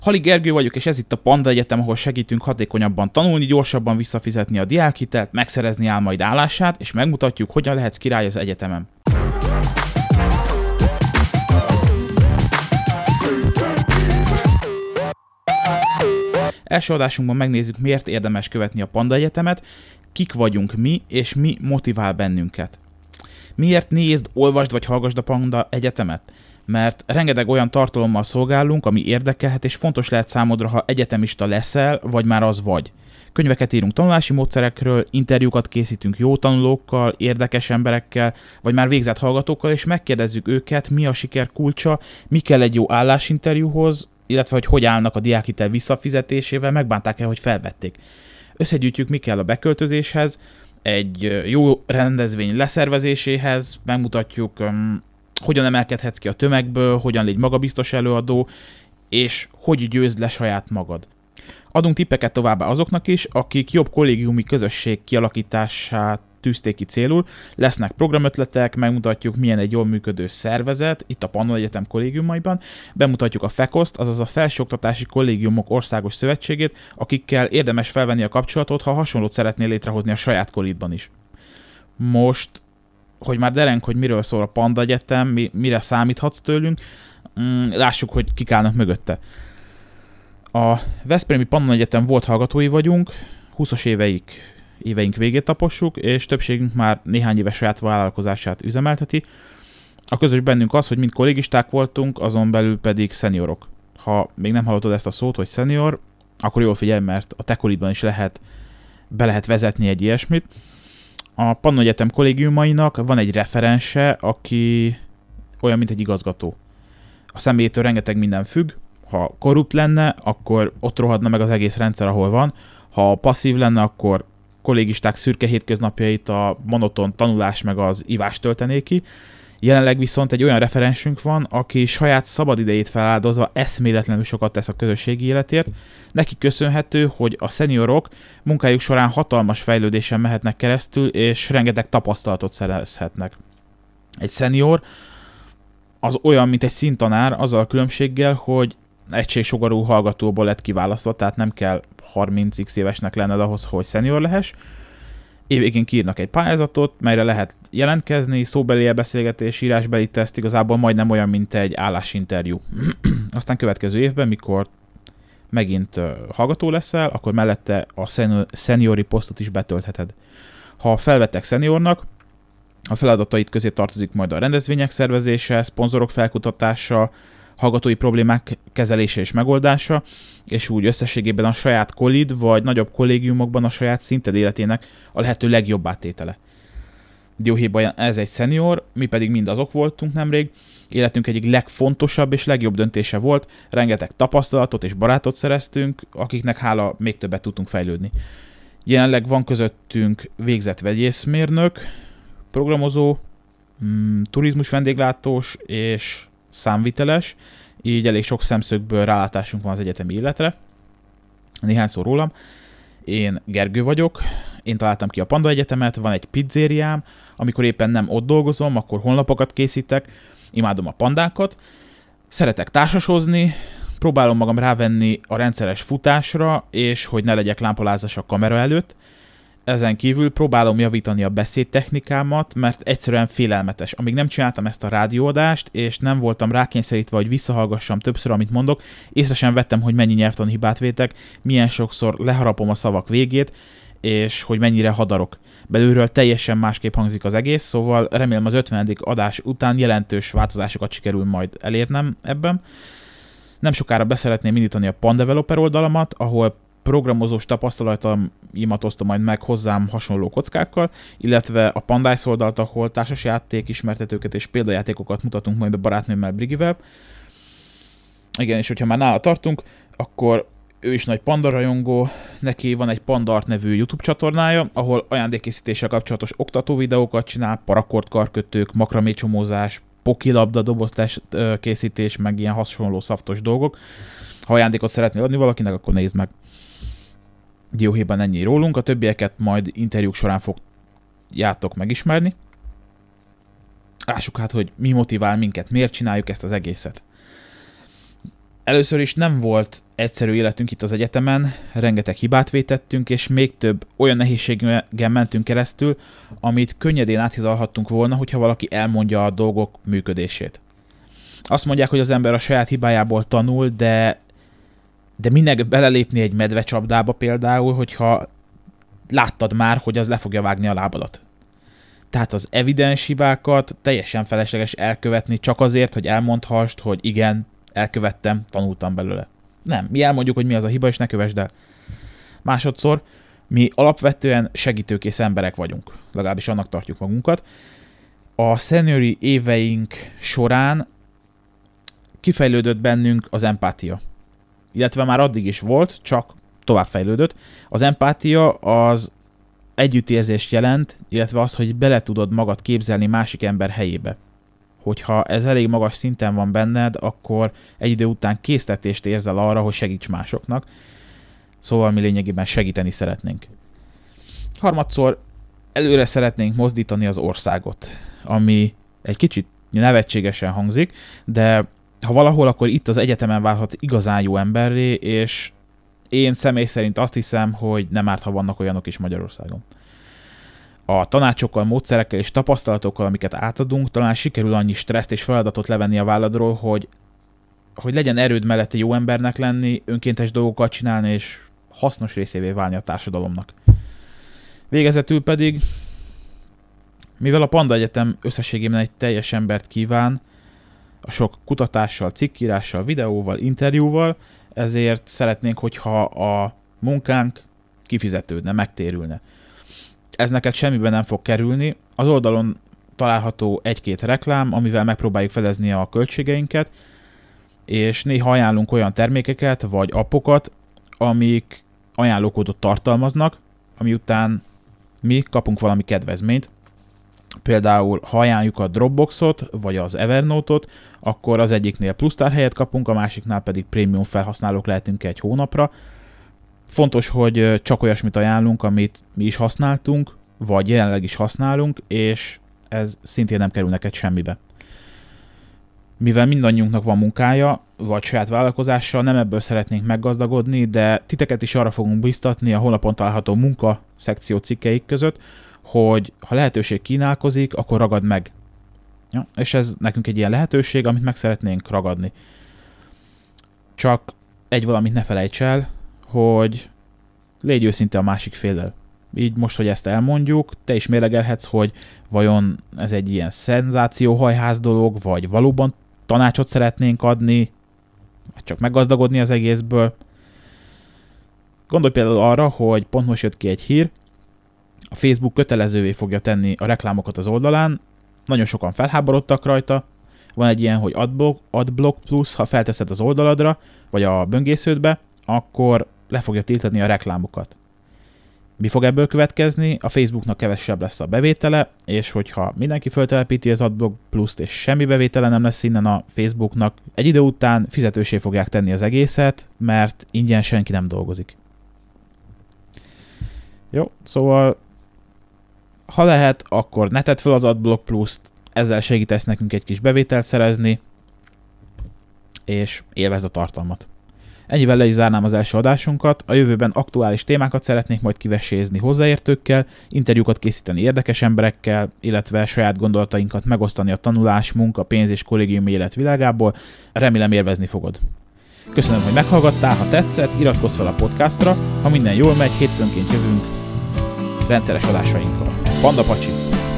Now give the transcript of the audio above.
Hali Gergő vagyok, és ez itt a Panda Egyetem, ahol segítünk hatékonyabban tanulni, gyorsabban visszafizetni a diákhitelt, megszerezni álmaid állását, és megmutatjuk, hogyan lehetsz király az egyetemen. Első adásunkban megnézzük, miért érdemes követni a Panda Egyetemet, kik vagyunk mi, és mi motivál bennünket. Miért nézd, olvasd vagy hallgasd a Panda Egyetemet? Mert rengeteg olyan tartalommal szolgálunk, ami érdekelhet és fontos lehet számodra, ha egyetemista leszel, vagy már az vagy. Könyveket írunk tanulási módszerekről, interjúkat készítünk jó tanulókkal, érdekes emberekkel, vagy már végzett hallgatókkal, és megkérdezzük őket, mi a siker kulcsa, mi kell egy jó állásinterjúhoz, illetve hogy állnak a diákhitel visszafizetésével, megbánták-e, hogy felvették. Összegyűjtjük, mi kell a beköltözéshez, egy jó rendezvény leszervezéséhez, megmutatjuk, hogyan emelkedhetsz ki a tömegből, hogyan légy magabiztos előadó, és hogy győzd le saját magad. Adunk tippeket továbbá azoknak is, akik jobb kollégiumi közösség kialakítását tűzték ki célul. Lesznek programötletek, megmutatjuk, milyen egy jól működő szervezet, itt a Panda Egyetem kollégiumaiban. Bemutatjuk a FEKOSzt, azaz a Felsőoktatási Kollégiumok Országos Szövetségét, akikkel érdemes felvenni a kapcsolatot, ha hasonlót szeretnél létrehozni a saját kolidban is. Most, hogy már dereng, hogy miről szól a Panda Egyetem, mire számíthatsz tőlünk, lássuk, hogy kik állnak mögötte. A Veszprémi Panda Egyetem volt hallgatói vagyunk, 20-as éveink végét tapossuk, és többségünk már néhány éves saját vállalkozását üzemelteti. A közös bennünk az, hogy mind kollégisták voltunk, azon belül pedig szeniorok. Ha még nem hallottad ezt a szót, hogy szenior, akkor jól figyelj, mert a te kolidban is be lehet vezetni egy ilyesmit. A Panda Egyetem kollégiumainak van egy referense, aki olyan, mint egy igazgató. A személyétől rengeteg minden függ. Ha korrupt lenne, akkor ott rohadna meg az egész rendszer, ahol van. Ha passzív lenne, akkor kollégisták szürke hétköznapjait a monoton tanulás meg az ivás töltené ki. Jelenleg viszont egy olyan referensünk van, aki saját szabadidejét feláldozva eszméletlenül sokat tesz a közösségi életért. Neki köszönhető, hogy a szeniorok munkájuk során hatalmas fejlődésen mehetnek keresztül, és rengeteg tapasztalatot szerezhetnek. Egy szenior az olyan, mint egy színtanár, azzal a különbséggel, hogy egységsugarú hallgatóból lett kiválasztva, tehát nem kell 30x évesnek lenned ahhoz, hogy szenior lehess. Évvégén kiírnak egy pályázatot, melyre lehet jelentkezni, szóbeli beszélgetés, írásbeli teszt, igazából majdnem olyan, mint egy állásinterjú. Aztán következő évben, mikor megint hallgató leszel, akkor mellette a szeniori posztot is betöltheted. Ha felvettek szeniornak, a feladatait közé tartozik majd a rendezvények szervezése, szponzorok felkutatása, hallgatói problémák kezelése és megoldása, és úgy összességében a saját kolid vagy nagyobb kollégiumokban a saját szinted életének a lehető legjobb áttétele. Dióhéjban ez egy szenior, mi pedig mind azok voltunk nemrég. Életünk egyik legfontosabb és legjobb döntése volt, rengeteg tapasztalatot és barátot szereztünk, akiknek hála még többet tudtunk fejlődni. Jelenleg van közöttünk végzett vegyészmérnök, programozó, turizmus vendéglátós és számviteles, így elég sok szemszögből rálátásunk van az egyetemi életre. Néhány szó rólam. Én Gergő vagyok, én találtam ki a Panda Egyetemet, van egy pizzériám, amikor éppen nem ott dolgozom, akkor honlapokat készítek, imádom a pandákat, szeretek társasozni, próbálom magam rávenni a rendszeres futásra, és hogy ne legyek lámpalázas a kamera előtt. Ezen kívül próbálom javítani a beszédtechnikámat, mert egyszerűen félelmetes. Amíg nem csináltam ezt a rádióadást, és nem voltam rákényszerítve, hogy visszahallgassam többször, amit mondok, észre sem vettem, hogy mennyi nyelvtani hibát vétek, milyen sokszor leharapom a szavak végét, és hogy mennyire hadarok. Belülről teljesen másképp hangzik az egész, szóval remélem az 50. adás után jelentős változásokat sikerül majd elérnem ebben. Nem sokára beszeretném indítani a Pandeveloper oldalamat, ahol programozós tapasztalataimat osztom majd meg hozzám hasonló kockákkal, illetve a Pandice oldalt, ahol társasjáték ismertetőket és példajátékokat mutatunk majd be barátnőmmel Brigivel. Igen, és hogyha már nála tartunk, akkor ő is nagy panda rajongó, neki van egy Pandart nevű YouTube csatornája, ahol ajándékkészítéssel kapcsolatos oktató videókat csinál, parakord karkötők, makramé csomózás, pokilabda doboztás készítés, meg ilyen hasonló szaftos dolgok. Ha ajándékot szeretnél adni valakinek, akkor nézd meg. Dióhéjban ennyi rólunk, a többieket majd interjúk során fogjátok megismerni. Lássuk hát, hogy mi motivál minket, miért csináljuk ezt az egészet. Először is nem volt egyszerű életünk itt az egyetemen, rengeteg hibát vétettünk, és még több olyan nehézségen mentünk keresztül, amit könnyedén áthidalhattunk volna, hogyha valaki elmondja a dolgok működését. Azt mondják, hogy az ember a saját hibájából tanul, de minek belelépni egy medvecsapdába például, hogyha láttad már, hogy az le fogja vágni a lábadat. Tehát az evidens hibákat teljesen felesleges elkövetni csak azért, hogy elmondhassd, hogy igen, elkövettem, tanultam belőle. Nem, mi elmondjuk, hogy mi az a hiba, és ne kövesd el. Másodszor, mi alapvetően segítőkész emberek vagyunk, legalábbis annak tartjuk magunkat. A seniori éveink során kifejlődött bennünk az empátia. Illetve már addig is volt, csak továbbfejlődött. Az empátia az együttérzést jelent, illetve az, hogy bele tudod magad képzelni másik ember helyébe. Hogyha ez elég magas szinten van benned, akkor egy idő után késztetést érzel arra, hogy segíts másoknak. Szóval mi lényegében segíteni szeretnénk. Harmadszor előre szeretnénk mozdítani az országot, ami egy kicsit nevetségesen hangzik, de ha valahol, akkor itt az egyetemen válhatsz igazán jó emberré, és én személy szerint azt hiszem, hogy nem árt, ha vannak olyanok is Magyarországon. A tanácsokkal, módszerekkel és tapasztalatokkal, amiket átadunk, talán sikerül annyi stresszt és feladatot levenni a válladról, hogy legyen erőd mellette jó embernek lenni, önkéntes dolgokat csinálni, és hasznos részévé válni a társadalomnak. Végezetül pedig, mivel a Panda Egyetem összességében egy teljes embert kíván, a sok kutatással, cikkírással, videóval, interjúval, ezért szeretnénk, hogyha a munkánk kifizetődne, megtérülne. Ez neked semmiben nem fog kerülni. Az oldalon található egy-két reklám, amivel megpróbáljuk fedezni a költségeinket, és néha ajánlunk olyan termékeket vagy appokat, amik ajánlókódot tartalmaznak, ami után mi kapunk valami kedvezményt. Például, ha ajánljuk a Dropboxot vagy az Evernote-ot, akkor az egyiknél plusz tárhelyet kapunk, a másiknál pedig prémium felhasználók lehetünk egy hónapra. Fontos, hogy csak olyasmit ajánlunk, amit mi is használtunk, vagy jelenleg is használunk, és ez szintén nem kerül neked semmibe. Mivel mindannyiunknak van munkája, vagy saját vállalkozással, nem ebből szeretnénk meggazdagodni, de titeket is arra fogunk biztatni a honlapon található munka szekció cikkeik között, hogy ha lehetőség kínálkozik, akkor ragad meg. Ja, és ez nekünk egy ilyen lehetőség, amit meg szeretnénk ragadni. Csak egy valamit ne felejts el, hogy légy őszinte a másik féllel. Így most, hogy ezt elmondjuk, te is mérlegelhetsz, hogy vajon ez egy ilyen szenzációhajház dolog, vagy valóban tanácsot szeretnénk adni, vagy csak meggazdagodni az egészből. Gondolj például arra, hogy pont most jött ki egy hír, a Facebook kötelezővé fogja tenni a reklámokat az oldalán, nagyon sokan felháborodtak rajta, van egy ilyen, hogy Adblock Plus, ha felteszed az oldaladra, vagy a böngésződbe, akkor le fogja tiltani a reklámokat. Mi fog ebből következni? A Facebooknak kevesebb lesz a bevétele, és hogyha mindenki feltelepíti az Adblock Plus-t, és semmi bevétele nem lesz innen a Facebooknak, egy idő után fizetősé fogják tenni az egészet, mert ingyen senki nem dolgozik. Jó, szóval ha lehet, akkor ne tedd fel az Adblock Plus-t, ezzel segítesz nekünk egy kis bevételt szerezni, és élvezd a tartalmat. Ennyivel le is zárnám az első adásunkat, a jövőben aktuális témákat szeretnék majd kivesézni hozzáértőkkel, interjúkat készíteni érdekes emberekkel, illetve saját gondolatainkat megosztani a tanulás, munka, pénz és kollégiumi élet világából. Remélem élvezni fogod. Köszönöm, hogy meghallgattál, ha tetszett, iratkozz fel a podcastra, ha minden jól megy, hétfőnként jövünk rendszeres adásainkkal. Panda Pacsi!